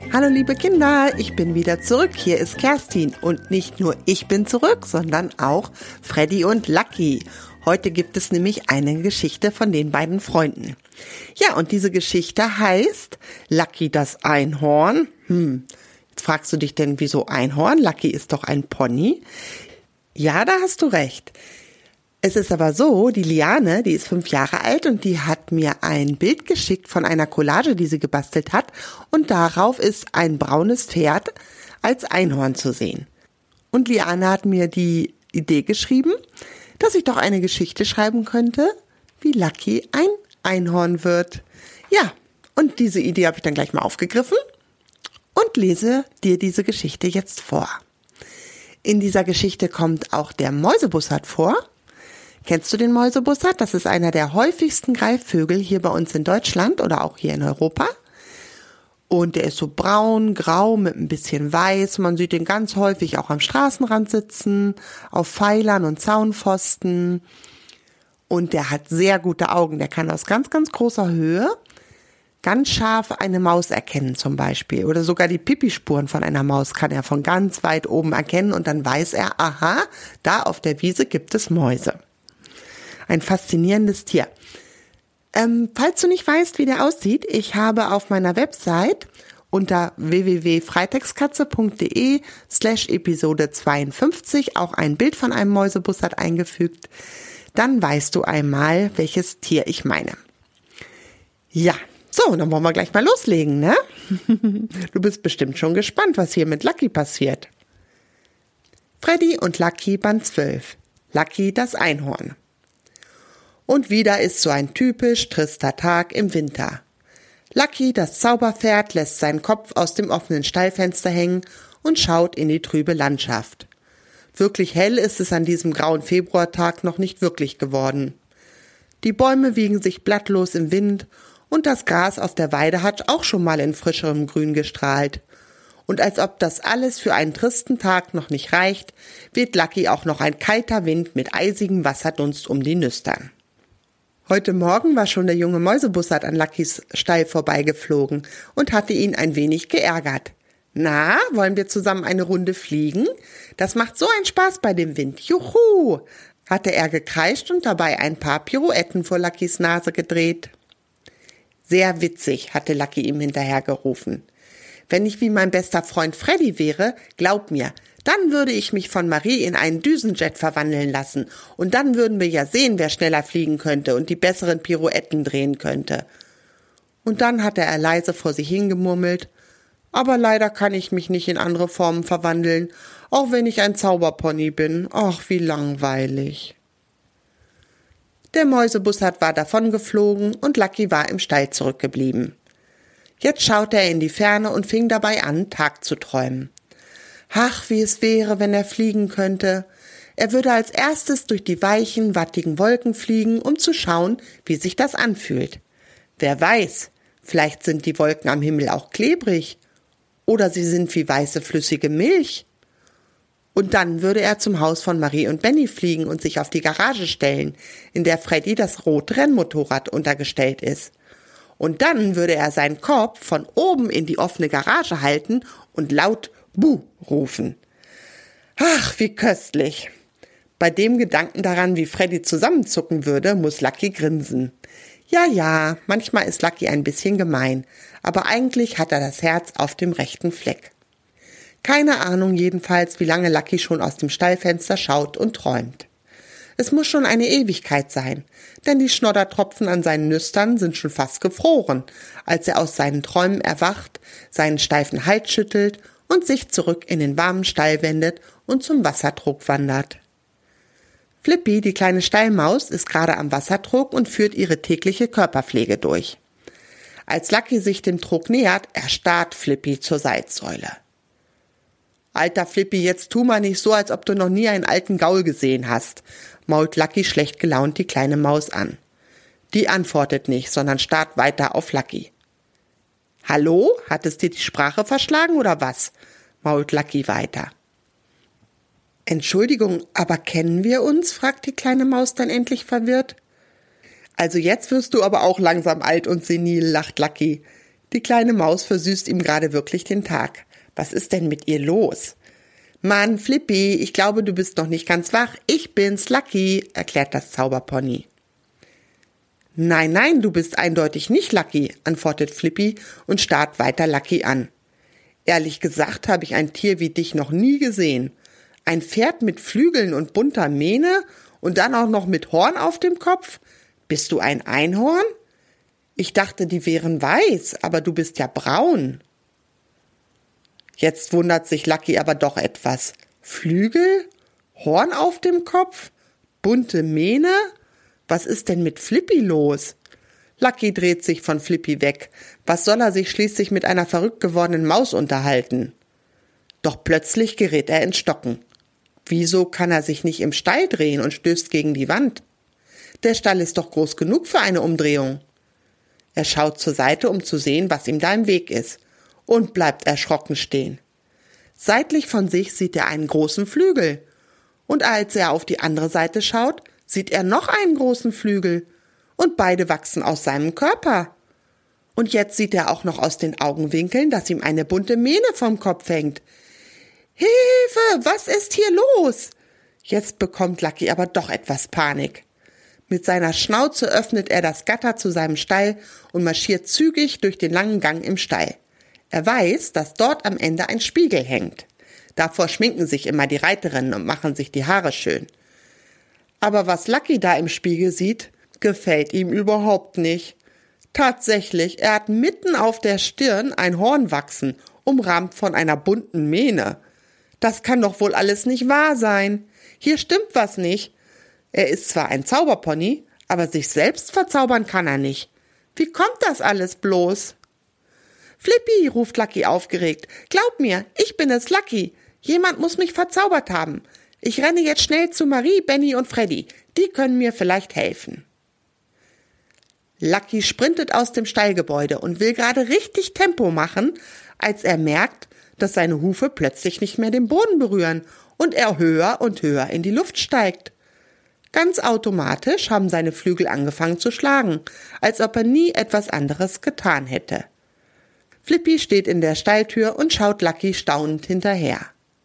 Hallo liebe Kinder, ich bin wieder zurück. Hier ist Kerstin und nicht nur ich bin zurück, sondern auch Freddy und Lucky. Heute gibt es nämlich eine Geschichte von den beiden Freunden. Ja, und diese Geschichte heißt Lucky das Einhorn. Jetzt fragst du dich denn, wieso Einhorn? Lucky ist doch ein Pony. Ja, da hast du recht. Es ist aber so, die Liane, die ist 5 Jahre alt und die hat mir ein Bild geschickt von einer Collage, die sie gebastelt hat. Und darauf ist ein braunes Pferd als Einhorn zu sehen. Und Liane hat mir die Idee geschrieben, dass ich doch eine Geschichte schreiben könnte, wie Lucky ein Einhorn wird. Ja, und diese Idee habe ich dann gleich mal aufgegriffen und lese dir diese Geschichte jetzt vor. In dieser Geschichte kommt auch der Mäusebussard vor. Kennst du den Mäusebussard? Das ist einer der häufigsten Greifvögel hier bei uns in Deutschland oder auch hier in Europa. Und der ist so braun, grau mit ein bisschen weiß. Man sieht den ganz häufig auch am Straßenrand sitzen, auf Pfeilern und Zaunpfosten. Und der hat sehr gute Augen. Der kann aus ganz, ganz großer Höhe ganz scharf eine Maus erkennen zum Beispiel. Oder sogar die Pipispuren von einer Maus kann er von ganz weit oben erkennen. Und dann weiß er, aha, da auf der Wiese gibt es Mäuse. Ein faszinierendes Tier. Falls du nicht weißt, wie der aussieht, ich habe auf meiner Website unter www.freitextkatze.de/Episode 52 auch ein Bild von einem Mäusebussard eingefügt. Dann weißt du einmal, welches Tier ich meine. Ja, so, dann wollen wir gleich mal loslegen, ne? Du bist bestimmt schon gespannt, was hier mit Lucky passiert. Freddy und Lucky Band 12. Lucky das Einhorn. Und wieder ist so ein typisch trister Tag im Winter. Lucky, das Zauberpferd, lässt seinen Kopf aus dem offenen Stallfenster hängen und schaut in die trübe Landschaft. Wirklich hell ist es an diesem grauen Februartag noch nicht wirklich geworden. Die Bäume wiegen sich blattlos im Wind und das Gras auf der Weide hat auch schon mal in frischerem Grün gestrahlt. Und als ob das alles für einen tristen Tag noch nicht reicht, weht Lucky auch noch ein kalter Wind mit eisigem Wasserdunst um die Nüstern. Heute Morgen war schon der junge Mäusebussard an Luckys Stall vorbeigeflogen und hatte ihn ein wenig geärgert. Na, wollen wir zusammen eine Runde fliegen? Das macht so einen Spaß bei dem Wind. Juhu! Hatte er gekreischt und dabei ein paar Pirouetten vor Luckys Nase gedreht. Sehr witzig, hatte Lucky ihm hinterhergerufen. Wenn ich wie mein bester Freund Freddy wäre, glaub mir, dann würde ich mich von Marie in einen Düsenjet verwandeln lassen und dann würden wir ja sehen, wer schneller fliegen könnte und die besseren Pirouetten drehen könnte. Und dann hatte er leise vor sich hingemurmelt, aber leider kann ich mich nicht in andere Formen verwandeln, auch wenn ich ein Zauberpony bin. Ach, wie langweilig. Der Mäusebussard war davongeflogen und Lucky war im Stall zurückgeblieben. Jetzt schaute er in die Ferne und fing dabei an, Tag zu träumen. Ach, wie es wäre, wenn er fliegen könnte. Er würde als erstes durch die weichen, wattigen Wolken fliegen, um zu schauen, wie sich das anfühlt. Wer weiß, vielleicht sind die Wolken am Himmel auch klebrig. Oder sie sind wie weiße, flüssige Milch. Und dann würde er zum Haus von Marie und Benny fliegen und sich auf die Garage stellen, in der Freddy das rote Rennmotorrad untergestellt ist. Und dann würde er seinen Kopf von oben in die offene Garage halten und laut Buh rufen. Ach, wie köstlich. Bei dem Gedanken daran, wie Freddy zusammenzucken würde, muss Lucky grinsen. Ja, manchmal ist Lucky ein bisschen gemein, aber eigentlich hat er das Herz auf dem rechten Fleck. Keine Ahnung jedenfalls, wie lange Lucky schon aus dem Stallfenster schaut und träumt. Es muss schon eine Ewigkeit sein, denn die Schnoddertropfen an seinen Nüstern sind schon fast gefroren, als er aus seinen Träumen erwacht, seinen steifen Hals schüttelt und sich zurück in den warmen Stall wendet und zum Wassertrog wandert. Flippy, die kleine Stallmaus, ist gerade am Wassertrog und führt ihre tägliche Körperpflege durch. Als Lucky sich dem Trog nähert, erstarrt Flippy zur Salzsäule. Alter Flippy, jetzt tu mal nicht so, als ob du noch nie einen alten Gaul gesehen hast, mault Lucky schlecht gelaunt die kleine Maus an. Die antwortet nicht, sondern starrt weiter auf Lucky. Hallo, hat es dir die Sprache verschlagen oder was? Mault Lucky weiter. Entschuldigung, aber kennen wir uns? Fragt die kleine Maus dann endlich verwirrt. Also jetzt wirst du aber auch langsam alt und senil, lacht Lucky. Die kleine Maus versüßt ihm gerade wirklich den Tag. Was ist denn mit ihr los? Mann, Flippy, ich glaube, du bist noch nicht ganz wach. Ich bin's, Lucky, erklärt das Zauberpony. Nein, du bist eindeutig nicht Lucky, antwortet Flippy und starrt weiter Lucky an. Ehrlich gesagt habe ich ein Tier wie dich noch nie gesehen. Ein Pferd mit Flügeln und bunter Mähne und dann auch noch mit Horn auf dem Kopf? Bist du ein Einhorn? Ich dachte, die wären weiß, aber du bist ja braun. Jetzt wundert sich Lucky aber doch etwas. Flügel? Horn auf dem Kopf? Bunte Mähne? Was ist denn mit Flippy los? Lucky dreht sich von Flippy weg. Was soll er sich schließlich mit einer verrückt gewordenen Maus unterhalten? Doch plötzlich gerät er ins Stocken. Wieso kann er sich nicht im Stall drehen und stößt gegen die Wand? Der Stall ist doch groß genug für eine Umdrehung. Er schaut zur Seite, um zu sehen, was ihm da im Weg ist, und bleibt erschrocken stehen. Seitlich von sich sieht er einen großen Flügel. Und als er auf die andere Seite schaut, sieht er noch einen großen Flügel. Und beide wachsen aus seinem Körper. Und jetzt sieht er auch noch aus den Augenwinkeln, dass ihm eine bunte Mähne vom Kopf hängt. Hilfe, was ist hier los? Jetzt bekommt Lucky aber doch etwas Panik. Mit seiner Schnauze öffnet er das Gatter zu seinem Stall und marschiert zügig durch den langen Gang im Stall. Er weiß, dass dort am Ende ein Spiegel hängt. Davor schminken sich immer die Reiterinnen und machen sich die Haare schön. Aber was Lucky da im Spiegel sieht, gefällt ihm überhaupt nicht. Tatsächlich, er hat mitten auf der Stirn ein Horn wachsen, umrahmt von einer bunten Mähne. Das kann doch wohl alles nicht wahr sein. Hier stimmt was nicht. Er ist zwar ein Zauberpony, aber sich selbst verzaubern kann er nicht. Wie kommt das alles bloß? Flippy, ruft Lucky aufgeregt. Glaub mir, ich bin es, Lucky. Jemand muss mich verzaubert haben. Ich renne jetzt schnell zu Marie, Benny und Freddy. Die können mir vielleicht helfen. Lucky sprintet aus dem Stallgebäude und will gerade richtig Tempo machen, als er merkt, dass seine Hufe plötzlich nicht mehr den Boden berühren und er höher und höher in die Luft steigt. Ganz automatisch haben seine Flügel angefangen zu schlagen, als ob er nie etwas anderes getan hätte. Flippy steht in der Stalltür und schaut Lucky staunend hinterher.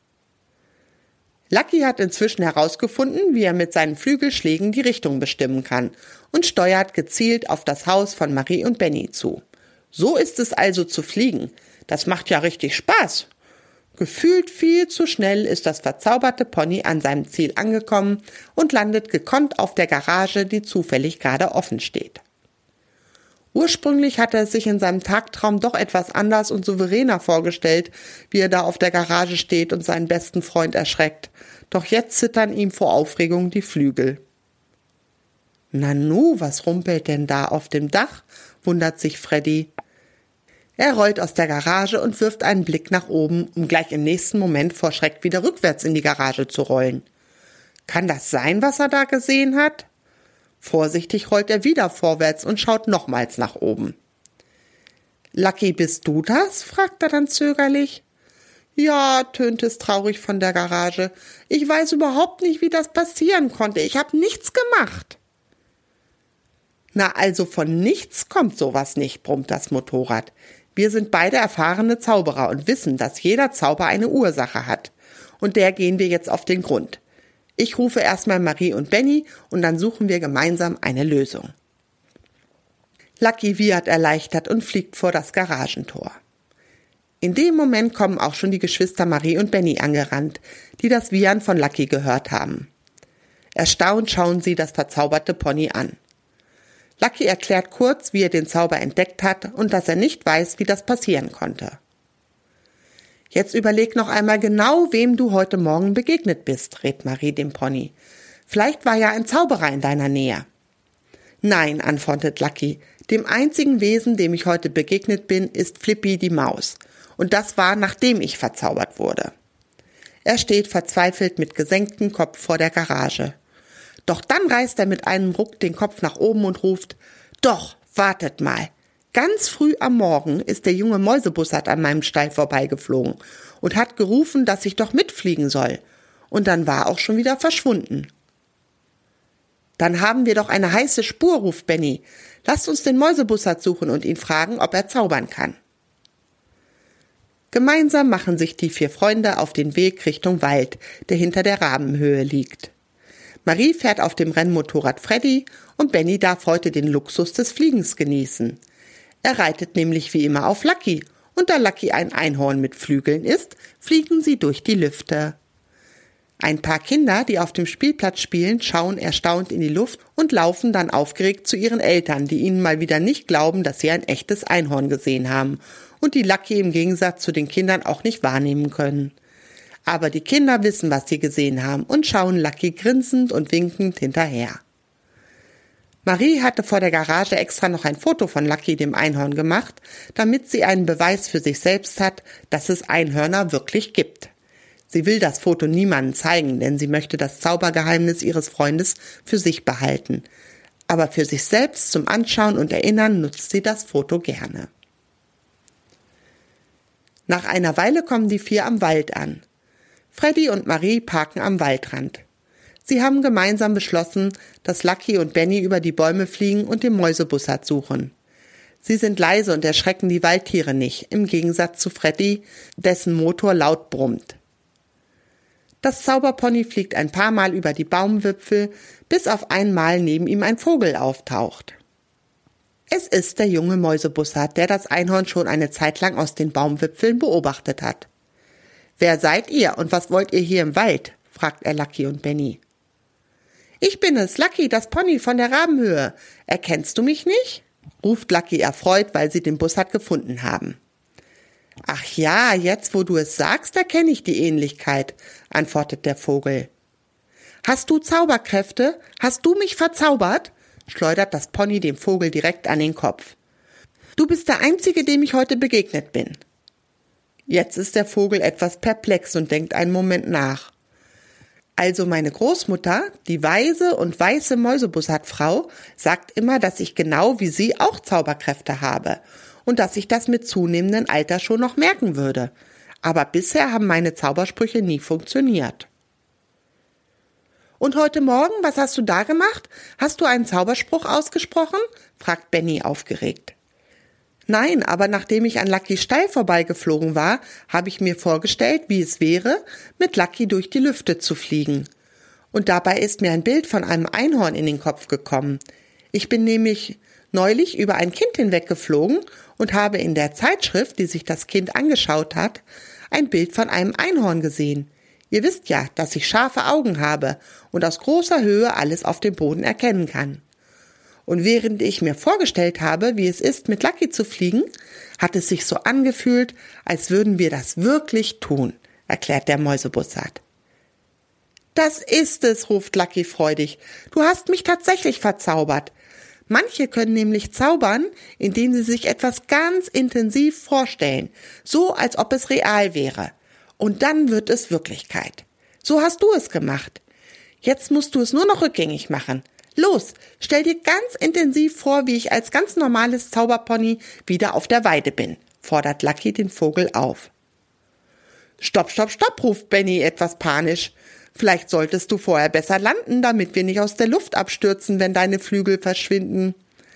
Lucky hat inzwischen herausgefunden, wie er mit seinen Flügelschlägen die Richtung bestimmen kann und steuert gezielt auf das Haus von Marie und Benny zu. So ist es also zu fliegen. Das macht ja richtig Spaß. Gefühlt viel zu schnell ist das verzauberte Pony an seinem Ziel angekommen und landet gekonnt auf der Garage, die zufällig gerade offen steht. Ursprünglich hatte er sich in seinem Tagtraum doch etwas anders und souveräner vorgestellt, wie er da auf der Garage steht und seinen besten Freund erschreckt. Doch jetzt zittern ihm vor Aufregung die Flügel. Nanu, was rumpelt denn da auf dem Dach? Wundert sich Freddy. Er rollt aus der Garage und wirft einen Blick nach oben, um gleich im nächsten Moment vor Schreck wieder rückwärts in die Garage zu rollen. Kann das sein, was er da gesehen hat? Vorsichtig rollt er wieder vorwärts und schaut nochmals nach oben. »Lucky, bist du das?« fragt er dann zögerlich. »Ja«, tönt es traurig von der Garage. »Ich weiß überhaupt nicht, wie das passieren konnte. Ich habe nichts gemacht.« »Na, also von nichts kommt sowas nicht«, brummt das Motorrad. »Wir sind beide erfahrene Zauberer und wissen, dass jeder Zauber eine Ursache hat. Und der gehen wir jetzt auf den Grund. Ich rufe erstmal Marie und Benny und dann suchen wir gemeinsam eine Lösung.« Lucky wiehert erleichtert und fliegt vor das Garagentor. In dem Moment kommen auch schon die Geschwister Marie und Benny angerannt, die das Wiehern von Lucky gehört haben. Erstaunt schauen sie das verzauberte Pony an. Lucky erklärt kurz, wie er den Zauber entdeckt hat und dass er nicht weiß, wie das passieren konnte. »Jetzt überleg noch einmal genau, wem du heute Morgen begegnet bist«, rät Marie dem Pony. »Vielleicht war ja ein Zauberer in deiner Nähe.« »Nein«, antwortet Lucky, »dem einzigen Wesen, dem ich heute begegnet bin, ist Flippy die Maus. Und das war, nachdem ich verzaubert wurde.« Er steht verzweifelt mit gesenktem Kopf vor der Garage. Doch dann reißt er mit einem Ruck den Kopf nach oben und ruft, »Doch, wartet mal. Ganz früh am Morgen ist der junge Mäusebussard an meinem Stall vorbeigeflogen und hat gerufen, dass ich doch mitfliegen soll. Und dann war er auch schon wieder verschwunden.« Dann haben wir doch eine heiße Spur, ruft Benny. Lasst uns den Mäusebussard suchen und ihn fragen, ob er zaubern kann. Gemeinsam machen sich die 4 Freunde auf den Weg Richtung Wald, der hinter der Rabenhöhe liegt. Marie fährt auf dem Rennmotorrad Freddy und Benny darf heute den Luxus des Fliegens genießen. Er reitet nämlich wie immer auf Lucky und da Lucky ein Einhorn mit Flügeln ist, fliegen sie durch die Lüfte. Ein paar Kinder, die auf dem Spielplatz spielen, schauen erstaunt in die Luft und laufen dann aufgeregt zu ihren Eltern, die ihnen mal wieder nicht glauben, dass sie ein echtes Einhorn gesehen haben und die Lucky im Gegensatz zu den Kindern auch nicht wahrnehmen können. Aber die Kinder wissen, was sie gesehen haben und schauen Lucky grinsend und winkend hinterher. Marie hatte vor der Garage extra noch ein Foto von Lucky, dem Einhorn, gemacht, damit sie einen Beweis für sich selbst hat, dass es Einhörner wirklich gibt. Sie will das Foto niemandem zeigen, denn sie möchte das Zaubergeheimnis ihres Freundes für sich behalten. Aber für sich selbst zum Anschauen und Erinnern nutzt sie das Foto gerne. Nach einer Weile kommen die 4 am Wald an. Freddy und Marie parken am Waldrand. Sie haben gemeinsam beschlossen, dass Lucky und Benny über die Bäume fliegen und den Mäusebussard suchen. Sie sind leise und erschrecken die Waldtiere nicht, im Gegensatz zu Freddy, dessen Motor laut brummt. Das Zauberpony fliegt ein paar Mal über die Baumwipfel, bis auf einmal neben ihm ein Vogel auftaucht. Es ist der junge Mäusebussard, der das Einhorn schon eine Zeit lang aus den Baumwipfeln beobachtet hat. »Wer seid ihr und was wollt ihr hier im Wald?« fragt er Lucky und Benny. »Ich bin es, Lucky, das Pony von der Rabenhöhe. Erkennst du mich nicht?« ruft Lucky erfreut, weil sie den Bussard gefunden haben. »Ach ja, jetzt wo du es sagst, erkenne ich die Ähnlichkeit«, antwortet der Vogel. »Hast du Zauberkräfte? Hast du mich verzaubert?« schleudert das Pony dem Vogel direkt an den Kopf. »Du bist der Einzige, dem ich heute begegnet bin.« Jetzt ist der Vogel etwas perplex und denkt einen Moment nach. Also meine Großmutter, die weise und weiße Mäusebussardfrau, sagt immer, dass ich genau wie sie auch Zauberkräfte habe und dass ich das mit zunehmendem Alter schon noch merken würde. Aber bisher haben meine Zaubersprüche nie funktioniert. »Und heute Morgen, was hast du da gemacht? Hast du einen Zauberspruch ausgesprochen?« fragt Benny aufgeregt. »Nein, aber nachdem ich an Luckys Stall vorbeigeflogen war, habe ich mir vorgestellt, wie es wäre, mit Lucky durch die Lüfte zu fliegen. Und dabei ist mir ein Bild von einem Einhorn in den Kopf gekommen. Ich bin nämlich neulich über ein Kind hinweggeflogen und habe in der Zeitschrift, die sich das Kind angeschaut hat, ein Bild von einem Einhorn gesehen. Ihr wisst ja, dass ich scharfe Augen habe und aus großer Höhe alles auf dem Boden erkennen kann. Und während ich mir vorgestellt habe, wie es ist, mit Lucky zu fliegen, hat es sich so angefühlt, als würden wir das wirklich tun«, erklärt der Mäusebussard. »Das ist es«, ruft Lucky freudig. »Du hast mich tatsächlich verzaubert. Manche können nämlich zaubern, indem sie sich etwas ganz intensiv vorstellen, so als ob es real wäre. Und dann wird es Wirklichkeit. So hast du es gemacht. Jetzt musst du es nur noch rückgängig machen. Los, stell dir ganz intensiv vor, wie ich als ganz normales Zauberpony wieder auf der Weide bin«, fordert Lucky den Vogel auf. »Stopp, stopp, stopp«, ruft Benny etwas panisch. »Vielleicht solltest du vorher besser landen, damit wir nicht aus der Luft abstürzen, wenn deine Flügel verschwinden.«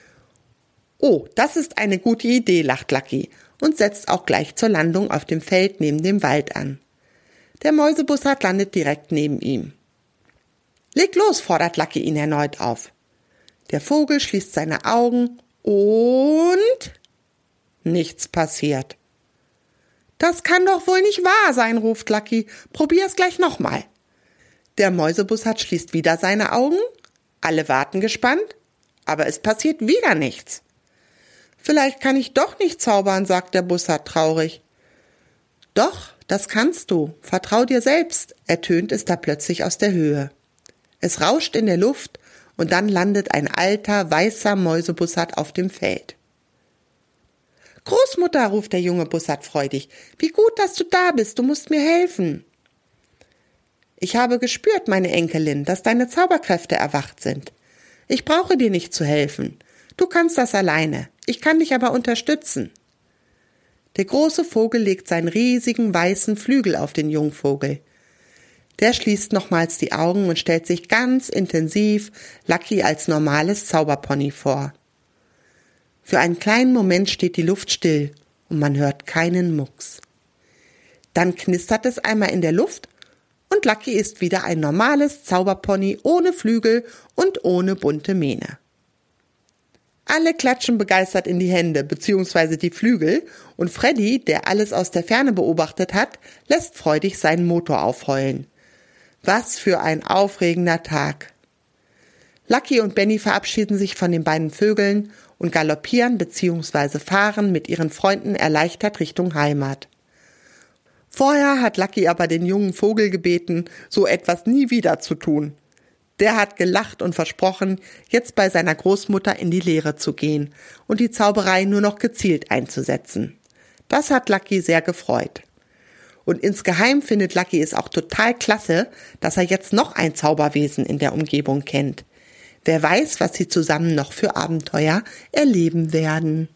»Oh, das ist eine gute Idee«, lacht Lucky und setzt auch gleich zur Landung auf dem Feld neben dem Wald an. Der Mäusebussard landet direkt neben ihm. »Leg los«, fordert Lucky ihn erneut auf. Der Vogel schließt seine Augen und nichts passiert. »Das kann doch wohl nicht wahr sein«, ruft Lucky. »Probier's gleich nochmal.« Der Mäusebussard schließt wieder seine Augen. Alle warten gespannt, aber es passiert wieder nichts. »Vielleicht kann ich doch nicht zaubern«, sagt der Bussard traurig. »Doch, das kannst du. Vertrau dir selbst«, ertönt es da plötzlich aus der Höhe. Es rauscht in der Luft und dann landet ein alter, weißer Mäusebussard auf dem Feld. »Großmutter«, ruft der junge Bussard freudig, »wie gut, dass du da bist, du musst mir helfen.« »Ich habe gespürt, meine Enkelin, dass deine Zauberkräfte erwacht sind. Ich brauche dir nicht zu helfen. Du kannst das alleine. Ich kann dich aber unterstützen.« Der große Vogel legt seinen riesigen weißen Flügel auf den Jungvogel. Der schließt nochmals die Augen und stellt sich ganz intensiv Lucky als normales Zauberpony vor. Für einen kleinen Moment steht die Luft still und man hört keinen Mucks. Dann knistert es einmal in der Luft und Lucky ist wieder ein normales Zauberpony ohne Flügel und ohne bunte Mähne. Alle klatschen begeistert in die Hände bzw. die Flügel und Freddy, der alles aus der Ferne beobachtet hat, lässt freudig seinen Motor aufheulen. Was für ein aufregender Tag. Lucky und Benny verabschieden sich von den beiden Vögeln und galoppieren bzw. fahren mit ihren Freunden erleichtert Richtung Heimat. Vorher hat Lucky aber den jungen Vogel gebeten, so etwas nie wieder zu tun. Der hat gelacht und versprochen, jetzt bei seiner Großmutter in die Lehre zu gehen und die Zauberei nur noch gezielt einzusetzen. Das hat Lucky sehr gefreut. Und insgeheim findet Lucky es auch total klasse, dass er jetzt noch ein Zauberwesen in der Umgebung kennt. Wer weiß, was sie zusammen noch für Abenteuer erleben werden.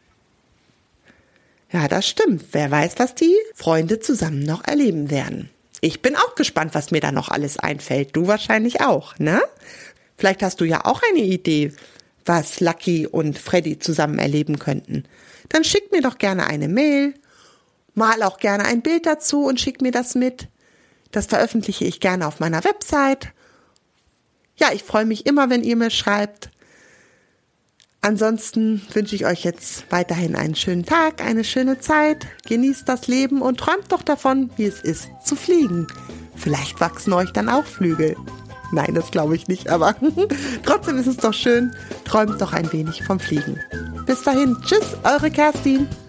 Ja, das stimmt. Wer weiß, was die Freunde zusammen noch erleben werden. Ich bin auch gespannt, was mir da noch alles einfällt. Du wahrscheinlich auch, ne? Vielleicht hast du ja auch eine Idee, was Lucky und Freddy zusammen erleben könnten. Dann schick mir doch gerne eine Mail, mal auch gerne ein Bild dazu und schick mir das mit. Das veröffentliche ich gerne auf meiner Website. Ja, ich freue mich immer, wenn ihr mir schreibt. Ansonsten wünsche ich euch jetzt weiterhin einen schönen Tag, eine schöne Zeit. Genießt das Leben und träumt doch davon, wie es ist, zu fliegen. Vielleicht wachsen euch dann auch Flügel. Nein, das glaube ich nicht, aber trotzdem ist es doch schön. Träumt doch ein wenig vom Fliegen. Bis dahin, tschüss, eure Kerstin.